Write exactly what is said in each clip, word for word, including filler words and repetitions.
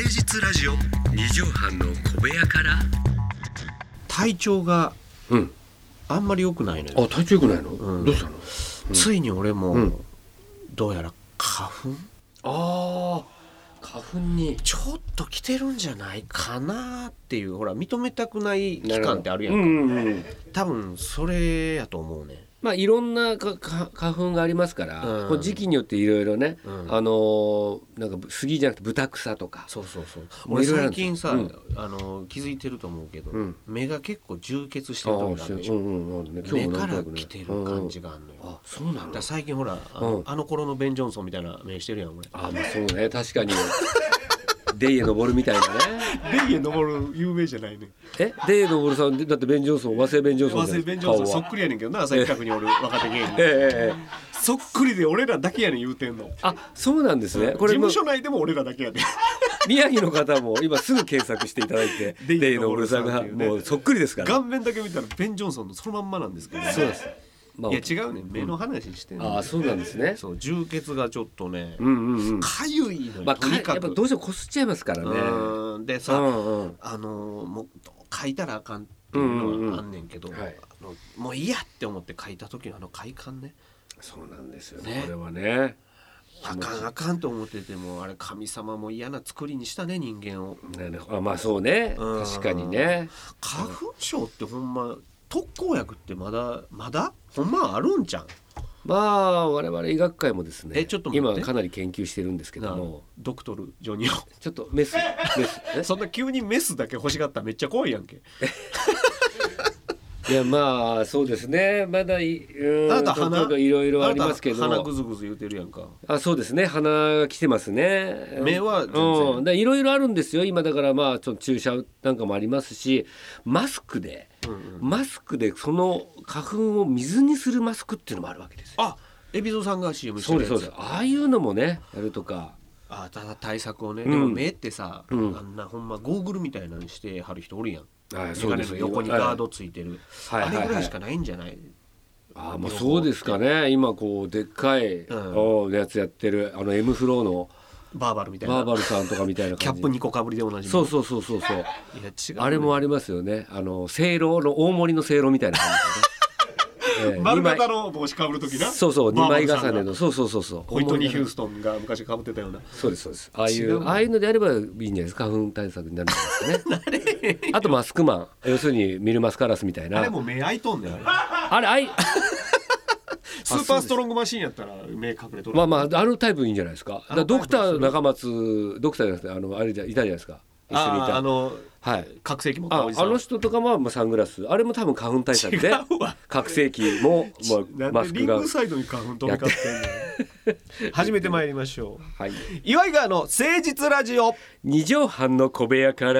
実ラジオ二畳半の小部屋から。体調がうんあんまり良くないのよ。 あ、体調良くないの、 うん、 どうしたの、うん、 ついに俺も、 うん、 どうやら花粉あー花粉にちょっと来てるんじゃないかなっていう、ほら認めたくない期間ってあるやんか、 うんうんうん、 多分それやと思うね。 まあいろんなかか花粉がありますから、うん、こう時期によっていろいろね、うん、あのー、なんか杉じゃなくて豚草とか。 そうそうそう。俺最近さ、うん、あのー、気づいてると思うけど、うん、目が結構充血してる時があるでしょ、うんうんうんね、目から来てる感じがあるのよ、うんうん、あ、そうなんだ。だ最近ほらあの、うん、あの頃のベン・ジョンソンみたいな目してるやん俺。 あ、まあそうね、確かにデイへ登るみたいなね。 デイへ登る有名じゃないね。 え、デイへ登るさんだってベン・ジョンソン、和製ベン・ジョンソン、 和製ベン・ジョンソンそっくりやねんけどな、朝近くにおる若手芸人、ええええ、そっくりで俺らだけやねん言うてんの。 あ、そうなんですね。 これ事務所内でも俺らだけやねん。 宮城の方も今すぐ検索していただいてデイへ登るさんがもうそっくりですから。 顔面だけ見たらベン・ジョンソンのそのまんまなんですけど、ね、 そうです。 まあ、いや違うねん、目の話してんの、 うん、あ、そうなんですね。 そう、充血がちょっとね、 うんうんうん、 かゆいのよ、 まあ、 とにかくやっぱどうしてもこすっちゃいますからね。 うん、でさ、うんうん、あのもう書いたらあかんっていうのはあんねんけど、うんうん、はい、あのもういいやって思って書いた時のあの快感ね。 そうなんですよね、これはね。 あかんあかんと思ってても、あれ神様も嫌な作りにしたね、人間を。 あ、まあそうね、確かにね。 花粉症ってほんま特効薬ってまだまだほんまあるんじゃん。 まあ我々医学界もですね、 えちょっと待って、 今かなり研究してるんですけども、 ドクトルジョニオちょっとメスメスそんな急にメスだけ欲しがったらめっちゃ怖いやんけ。 いや、まあそうですね、まだい、うん、 あなた鼻いろいろありますけど、 鼻グズグズ言うてるやんか。 あ、そうですね、鼻が来てますね。 目は全然、 うん、いろいろあるんですよ今。だからまあちょっと注射なんかもありますし、マスクで、うんうん、マスクでその花粉を水にするマスクっていうのもあるわけですよ。 あ、海老蔵さんが シーエム してるやつ。 そうですそうです。ああいうのもねやるとか。 あ、ただ対策をね、うん、でも目ってさ、うん、あんなほんまゴーグルみたいなのにしてはる人おるやん。 あ、 メガネの横にガードついてる、はいはいはい、あれぐらいしかないんじゃない？ あ、まあそうですかね。今こうでっかい、うん、やつやってるあの エム フローのバーバルみたいな、 バーバルさんとかみたいな感じ。 キャップにこかぶりで同じみ。 そうそうそうそうそう。いや違う、ね、 あれもありますよね。あのせいろの大盛りのせいろみたいな感じですね。 えー、丸型の帽子かぶるときな。 そうそう、にまい重ねの、そうそうそうそう、 ホイットニー・ヒューストンが昔かぶってたような。 そうですそうです。ああいうああいうのであればいいんじゃないですか。花粉対策になるんですかね。あとマスクマン、要するにミルマスカラスみたいな。 あれも目開いとんねん。 あれあいスーパーストロングマシンやったら目隠れとる。 まあまああのタイプいいんじゃないですか。だドクター中松、ドクターじゃなくてあのあれじゃいたじゃないですか。一緒にいた。 ああの、はい、覚醒器持ったおじさん。 あ, あの人とかもまあサングラス、あれも多分花粉対策で覚醒器も、まあ、マスクがリングサイドに花粉飛び交ってんの。始めてまいりましょう、はい、 岩井川の誠実ラジオ二畳半の小部屋から。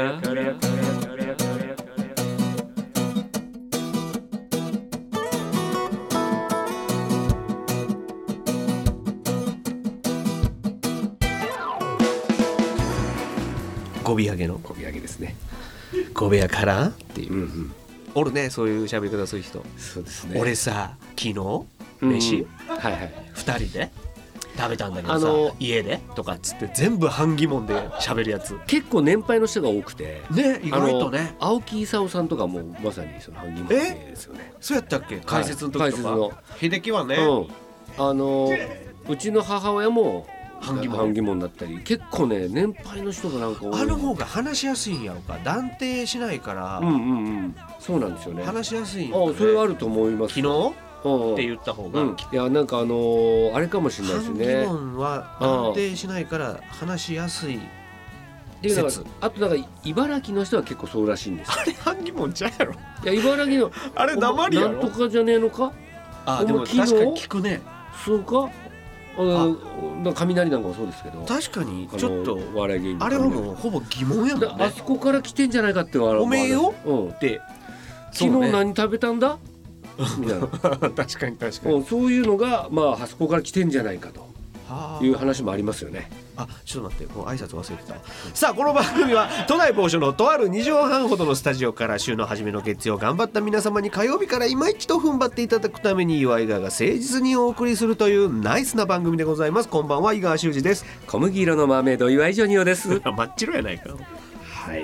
小部屋の小部屋ですね。 小部屋からっていう、うんうん、おるね、そういう喋り方する人。 そうですね。 俺さ、昨日飯、うん、はいはい、ふたりで食べたんだけどさ、あの家でとかっつって全部半疑問で喋るやつ結構年配の人が多くてね、意外とね。 青木功さんとかもまさにその半疑問ですよね。 そうやったっけ、解説の時とか、はい、解説の秀樹はね、 うん、あのうちの母親も半疑問、半疑問だったり、結構ね年配の人がなんか多い。 あの方が話しやすいんやろか、断定しないから。うんうんうん、 そうなんですよね、 話しやすいんや、ね、 あ、それはあると思います。 昨日って言った方が、うん、 いやなんかあのー、あれかもしれないですね。 半疑問は断定しないから話しやすい説。 あとなんか茨城の人は結構そうらしいんです。 あれ半疑問ちゃうやろ。 いや茨城のあれ鉛やろ。 なんとかじゃねえのか。 あ、でも確かに聞くね。 そうか。ああ、雷なんかもそうですけど、 確かにちょっと笑い芸人、 あれはもうほぼ疑問やもんね。 あそこから来てんじゃないかっておめえよ、 うん、 って昨日何食べたんだみたいな確かに確かに、 そういうのがまああそこから来てんじゃないかという話もありますよね。 あ、ちょっと待って、こう挨拶忘れてた。さあこの番組は都内某所のとあるにじょうはんほどのスタジオから週の初めの月曜頑張った皆様に火曜日から今一度踏ん張っていただくために岩井川が誠実にお送りするというナイスな番組でございます。こんばんは、井川修司です。 小麦色のマーメイド岩井ジョニオです。 真っ白やないか。 はい、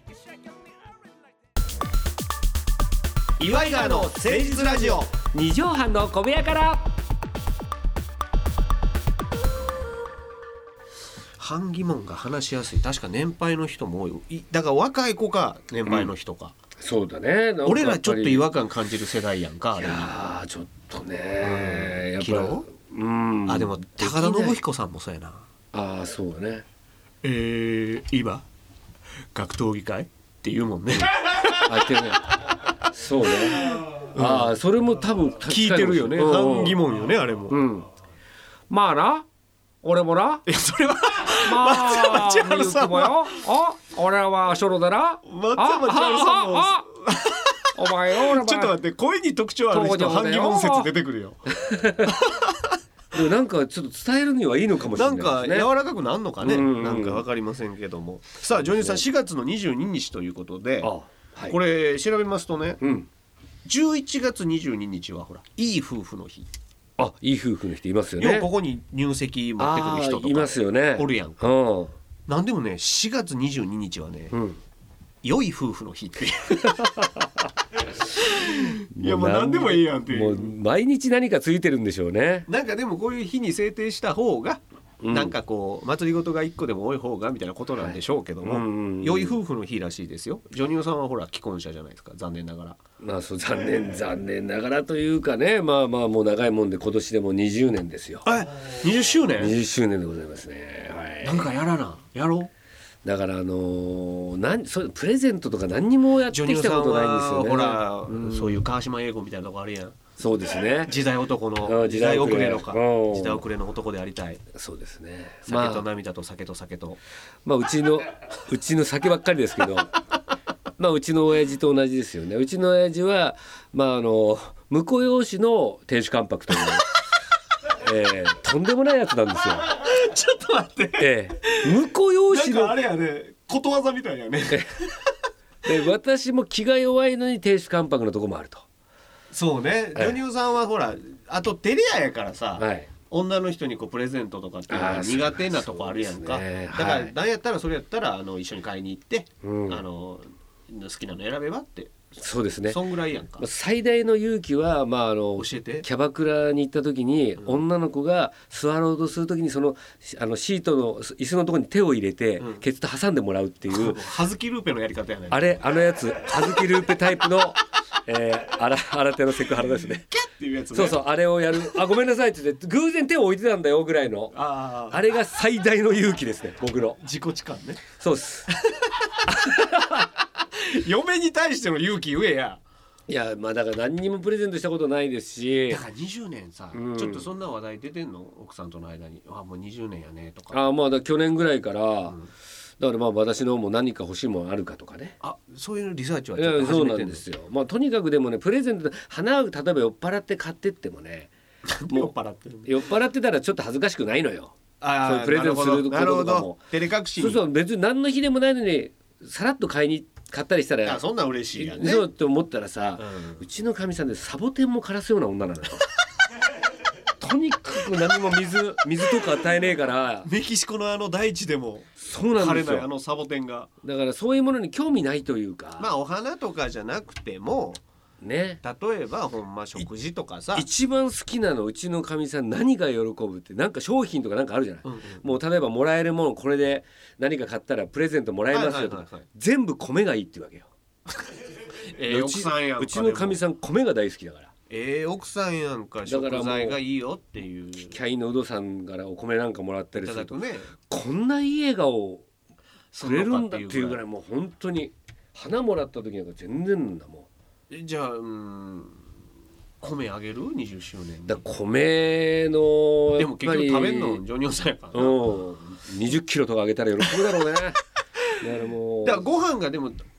岩井川の誠実ラジオ、 二畳半の小部屋から。 半疑問が話しやすい。確か年配の人も多い。だから若い子か年配の人か、 うん、そうだね。 俺らちょっと違和感感じる世代やんか。 いやちょっとね、うん、やっぱうん、あでも高田信彦さんもそうやな。 ああそうだね。 えー、今格闘技会って言うもんね。 あってね。そうね、うん、ああそれも多分聞いてるよね。半疑問よねあれも、 うん、まあな俺もな、 いやそれはまあ松山千春さんはあ俺はショロだな、 松山千春さんもお前よ俺ちょっと待って、声に特徴ある人半疑問説出てくるよ。 でもなんかちょっと伝えるにはいいのかもしれないですね。 なんか柔らかくなるのかね、 うんうん、 なんか分かりませんけども。さあジョニーさん、しがつのにじゅうににちということで、 あ、はい、 これ調べますとね、 うん、 じゅういちがつにじゅうににちはほらいい夫婦の日。 あ、いい夫婦の人いますよね。 ようここに入籍持ってくる人とかいますよね。 おるやんか、 うん、 なんでもねしがつにじゅうににちはね、うん、良い夫婦の日っていういやもう何でもいいやんっていう、 もう毎日何かついてるんでしょうね。 なんかでもこういう日に制定した方が、うん、なんかこう祭りごとがいっこでも多い方がみたいなことなんでしょうけども、はい、うんうんうん、良い夫婦の日らしいですよ。ジョニオさんはほら既婚者じゃないですか、残念ながら。 まあそう残念残念ながらというかね、まあまあもう長いもんで今年でもにじゅうねんですよ。 にじゅっしゅうねん ?にじゅっしゅうねんでございますね、はい、 なんかやらなやろう。 だからあのー、なんそれプレゼントとか何にもやってきたことないんですよね。 ほら、うん、そういう川島英語みたいなとこあるやん。 そうですね、 時代男の時代遅れのか時代遅れの男でありたい。そうですね、酒と涙と酒と酒と、 まあうちのうちの酒ばっかりですけどまあうちの親父と同じですよね。うちの親父はまああの婿養子の亭主関白という、えー、とんでもないやつなんですよ。 ちょっと待って、 えー、婿養子のなんかあれやね、ことわざみたいやね。 で私も気が弱いのに亭主関白のとこもあると。 そうね、ジョニオさんはほらあと照れ屋やからさ、 はい、 女の人にこうプレゼントとかっていうのは苦手なとこあるやんか、ね、だから何やったらそれやったらあの一緒に買いに行って、うん、あの好きなの選べばって。 そうですね、 そんぐらいやんか。 最大の勇気は、まあ、あの教えて。 キャバクラに行った時に、うん、女の子が座ろうとする時にその、あのシートの椅子のところに手を入れて、うん、ケツと挟んでもらうっていうはずきルーペのやり方やね。 あれあのやつはずきルーペタイプのえー、あら新手のセクハラですね。 キャッっていうやつね。 そうそう、あれをやる。あ、ごめんなさいって言って偶然手を置いてたんだよぐらいの あ, あれが最大の勇気ですね、僕の自己痴漢ね。 そうです嫁に対しての勇気言えや。 いやまあだから何にもプレゼントしたことないですし。 だからにじゅうねんさ、うん、ちょっとそんな話題出てんの奥さんとの間に。あもうにじゅうねんやねとか。 あまあだ去年ぐらいから、うんだからまあ私のも何か欲しいものあるかとかね。 あそういうリサーチはちょっと始めてる。 そうなんですよ。まあとにかくでもねプレゼント花を例えば酔っ払って買ってってもねもう酔っ払ってる酔っ払ってたらちょっと恥ずかしくないのよ。 あそういうプレゼントすることとかも照れ隠しに。 そうそう別に何の日でもないのにさらっと買いに買ったりしたらあそんな嬉しいやね。 そうって思ったらさ、 うん、 うちのかみさんでサボテンも枯らすような女なのよ。とにかく何も水水とか与えねえからメキシコのあの大地でもそうなんですよ。 枯れないあのサボテンが。 だからそういうものに興味ないというか、 まあお花とかじゃなくてもね、 例えばほんま食事とかさ一番好きなのうちのかみさん何が喜ぶってなんか商品とかなんかあるじゃない、うんうん、もう例えばもらえるものこれで何か買ったらプレゼントもらえますよとか、はいはいはいはい、全部米がいいっていうわけよ。 えー、奥さんやんか。 うちのかみさん米が大好きだから。 えー、奥さんやんか。食材がいいよっていうキャイのうどさんからお米なんかもらったりすると、 ね、 こんないい笑顔をくれるんだっていうぐらいもう本当に花もらった時なんか全然なんだもん。 えじゃあうん米あげるにじゅっしゅうねんだ米のでも結局食べんのジョニオさんやからな、 うん、にじゅっキロとかあげたら喜ぶだろうね。だからもうだからご飯がでも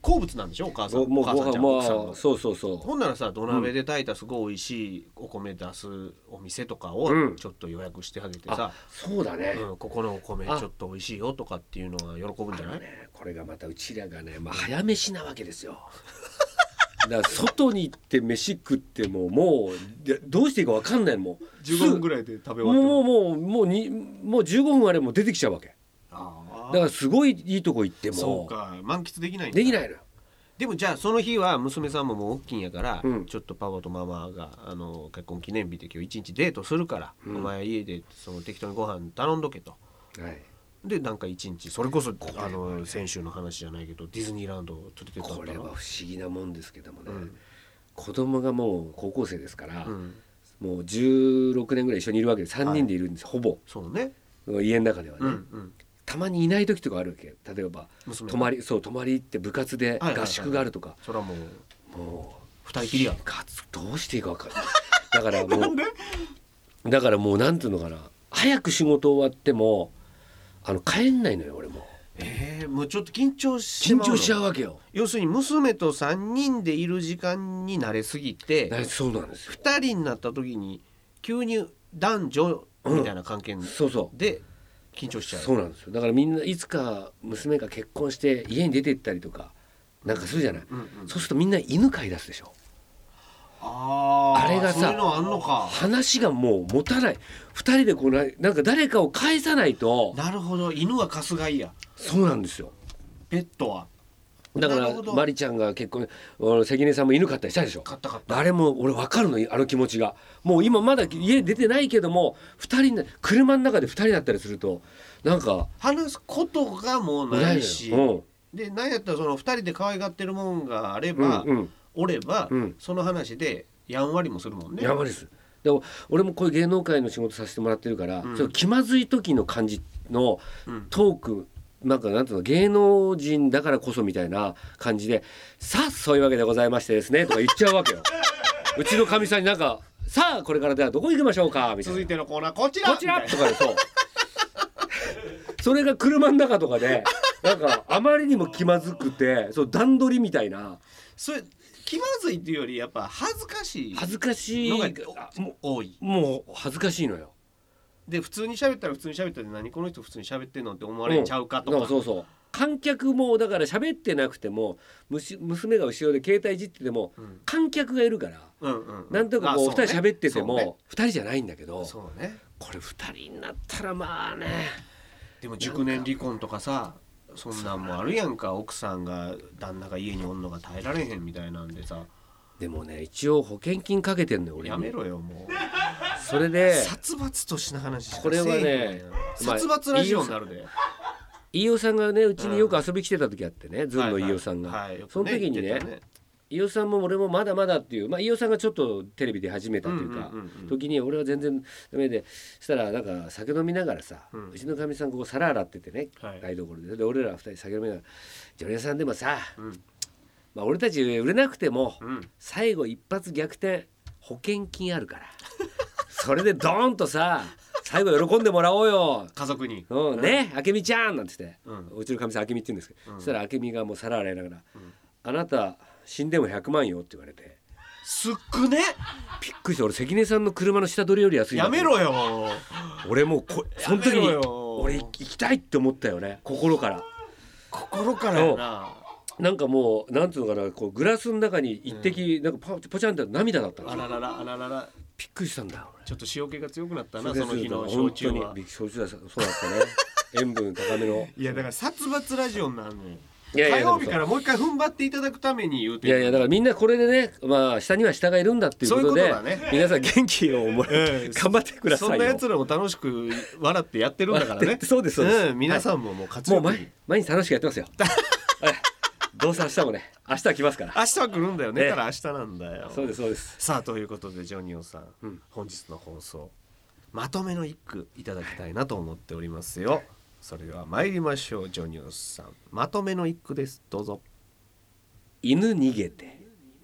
好物なんでしょお母さん。 もうお母さんじゃん、 まあ奥さんの。 そうそうそう。 ほんならさ土鍋で炊いたすごい美味しいお米出すお店とかをうんちょっと予約してあげてさ、 そうだね、 うん、ここのお米ちょっと美味しいよとかっていうのは喜ぶんじゃない？ ね、これがまたうちらがね、まあ、早飯なわけですよだから外に行って飯食ってももうどうしていいか分かんないもん。 じゅうごふんぐらいで食べ終わってもうもうもうにもうじゅうごふんあれもう出てきちゃうわけ。 あだからすごいいいとこ行ってもそうか満喫できないんだ。 できないのよ。 でもじゃあその日は娘さんももう大きいんやから、 うん、 ちょっとパパとママがあの結婚記念日で今日一日デートするから、うん、お前家でその適当にご飯頼んどけと、 はい、 でなんか一日それこそあの先週の話じゃないけどディズニーランドを連れてったの。 これは不思議なもんですけどもね、 うん、 子供がもう高校生ですから、 うん、 もうじゅうろくねんぐらい一緒にいるわけでさんにんでいるんです、はい、ほぼそうね家の中ではね、 うんうん、 たまにいない時とかあるわけ。例えば泊まりそう泊まり行って部活で合宿があるとか、はいはいはいはい、 それはもうもう二人きりやどうしていいか分かんないだからもうだからもうなんていうのかな、早く仕事終わってもあの帰んないのよ俺も。 えー、もうちょっと緊張し緊張しちゃうわけよ。 要するに娘とさんにんでいる時間に慣れすぎて、 そうなんですよ。 ふたりになった時に急に男女みたいな関係で、うん、そうそうで緊張しちゃう。 そうなんですよ。だからみんないつか娘が結婚して家に出て行ったりとかなんかするじゃない、うんうんうん、そうするとみんな犬飼い出すでしょ。 あ, あれがさ、 そういうのあんのか。 話がもう持たない。ふたりでこうな、なんか誰かを返さないと。 なるほど、犬はかすがいや。 そうなんですよ。 ペットはだからマリちゃんが結婚関根さんも犬飼ったりしたでしょ。 飼った飼った。 あれも俺分かるの、あの気持ちが。もう今まだ家出てないけどもふたり車の中でふたりだったりするとなんか話すことがもうないし、うん、で何やったらそのふたりで可愛がってるもんがあれば、うんうん、おれば、うん、その話でやんわりもするもんね。 やんわりです。でも俺もこういう芸能界の仕事させてもらってるから、うん、ちょっと気まずい時の感じのトーク、うんなんかなんていうの芸能人だからこそみたいな感じでさあそういうわけでございましてですねとか言っちゃうわけようちのかみさんになんかさあこれからではどこ行きましょうかみたいな。 続いてのコーナーこちらこちらとかでそうそれが車の中とかでなんかあまりにも気まずくてそう段取りみたいな。 それ気まずいっていうよりやっぱ恥ずかしい恥ずかしいのが多い。 もう恥ずかしいのよ。 で普通に喋ったら普通に喋ったら何この人普通に喋ってんのって思われちゃうかとか、 うん、そうそう観客もだから喋ってなくても娘が後ろで携帯いじってても、うん、観客がいるから、うんうんうん、なんとかこうふたり喋ってても、ね、ふたりじゃないんだけどそう、ね、 これふたりになったらまあね。 でも熟年離婚とかさそんなんもあるやんか。奥さんが旦那が家におんのが耐えられへんみたいなんでさ。 でもね一応保険金かけてんのよ俺に。 やめろよもうそれで殺伐としな話しかこれはね殺伐ラジオになるで。 飯尾さんがねうちによく遊び来てた時あってね、うん、ズンの飯尾さんが、はいはいはい、その時にね、ね飯尾さんも俺もまだまだっていう、まあ、飯尾さんがちょっとテレビで始めたというか、うんうんうんうん、時に俺は全然ダメでしたらなんか酒飲みながらさ、うん、うちのかみさんここ皿洗っててね、はい、台所でで俺らふたり酒飲みながらジョニオさんでもさ、うんまあ、俺たち売れなくても、うん、最後一発逆転保険金あるからそれでドーンとさ最後喜んでもらおうよ家族に、 うん、ねえ、あけみちゃんなんて言って、うん、うちのかみさんあけみって言うんですけど、うん、そしたらあけみがもう皿洗いながら、うん、あなた死んでもひゃくまんよって言われてすっくねびっくりした。俺関根さんの車の下取りより安い。 やめろよ俺もうこその時に俺行きたいって思ったよね心から心からやな。 なんかもうなんつうのかなこうグラスの中に一滴、うん、なんかポチャンって涙だったんですよ。 あらららあらららびっくりしたんだ俺。 ちょっと塩気が強くなったなその日の焼酎は。 焼酎だそうだったね塩分高めの。 いやだから殺伐ラジオになるのよ。いやいや火曜日からもう一回踏ん張っていただくために言うていやいやだからみんなこれでねまあ下には下がいるんだっていうことでそういうことだ、ね、 皆さん元気を思い、うん、頑張ってくださいよ。 そんなやつらも楽しく笑ってやってるんだからねそうですそうです、 うん、皆さんももう活躍、 はい、もう毎日楽しくやってますよどうせ明日もね明日は来ますから。 明日は来るんだよね、ねから明日なんだよ。 そうですそうです。 さあということでジョニオさん、うん、本日の放送まとめの一句いただきたいなと思っておりますよ。それでは参りましょう。ジョニオさんまとめの一句です。どうぞ。 犬逃げて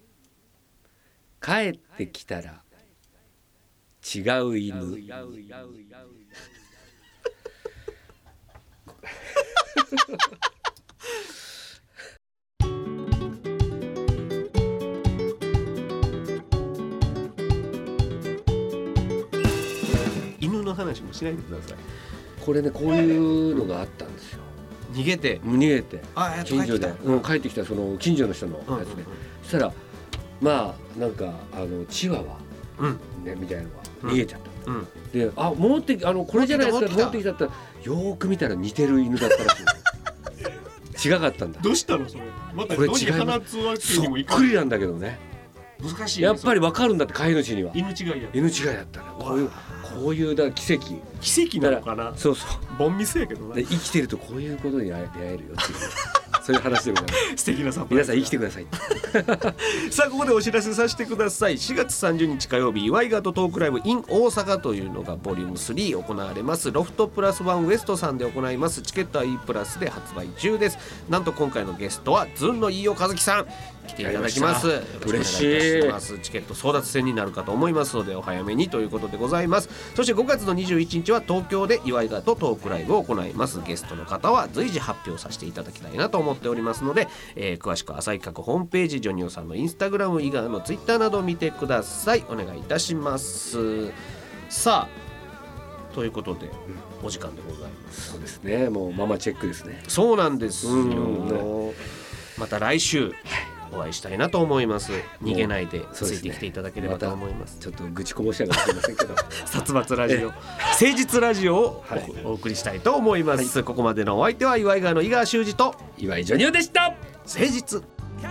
帰ってきたら違う犬の話もしないでください。 これねこういうのがあったんですよ。 逃げて逃げてあ近所でうん、帰ってきたその近所の人のやつで、うんうんうん、そしたらまあなんかあのチワワ、うんね、みたいなのが逃げちゃった、うんうん、であ戻ってあのこれじゃないですか戻ってきたったらよーく見たら似てる犬だったらしい違かったんだ。 どうしたのそれ、ま、これ違います。 そっくりなんだけどね難しい、ね、 やっぱり分かるんだって飼い主には犬違いや犬違いだったね。こういうこういうだ奇跡奇跡なのかな。 そうそうボンミスやけどな。 生きてるとこういうことに出会えるよっていうそういう話でございます。 素敵なサプライズ。 皆さん生きてくださいさあここでお知らせさせてください。しがつさんじゅうにち火曜日祝いがとトークライブ in 大阪というのがボリュームスリー行われます。ロフトプラスワンウエストさんで行います。チケットは E プラスで発売中です。なんと今回のゲストはずんの飯尾和樹さん来ていただきます。 嬉しい。 チケット争奪戦になるかと思いますのでお早めにということでございます。そしてごがつのにじゅういちにちは東京で祝いがとトークライブを行います。ゲストの方は随時発表させていただきたいなと思っておりますので、えー、詳しくは浅井企画ホームページ、ジョニオさんのインスタグラム以外のツイッターなどを見てください。お願いいたします。さあということで、うん、お時間でございます。 そうですね、もうママチェックですね。 そうなんですよ、ね、また来週お会いしたいなと思います。逃げないでついてきていただければと思います。 ま、ちょっと愚痴こぼしちゃうかもしれませんけど殺伐ラジオ誠実ラジオを お,、はい、お送りしたいと思います、はい、ここまでのお相手は岩井川の井川修司と岩井ジョニオでした。 誠実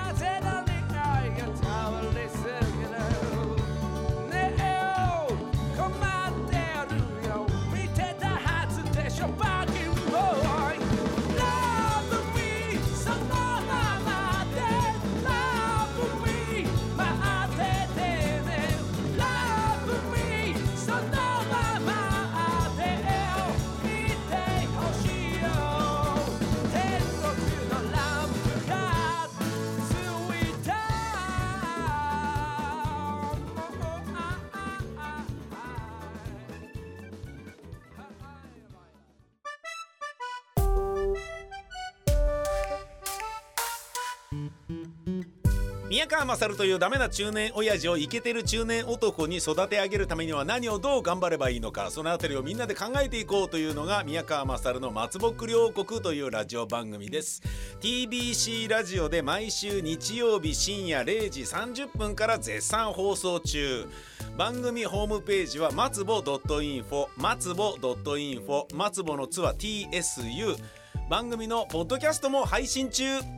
宮川勝というダメな中年親父をイケてる中年男に育て上げるためには何をどう頑張ればいいのか、そのあたりをみんなで考えていこうというのが宮川勝の松ぼっくり王国というラジオ番組です。 ティービーシー ラジオで毎週日曜日深夜れいじさんじゅっぷんから絶賛放送中。番組ホームページは松ぼ .info 松ぼ .info 松ぼのつは ティーエスユー。 番組のポッドキャストも配信中。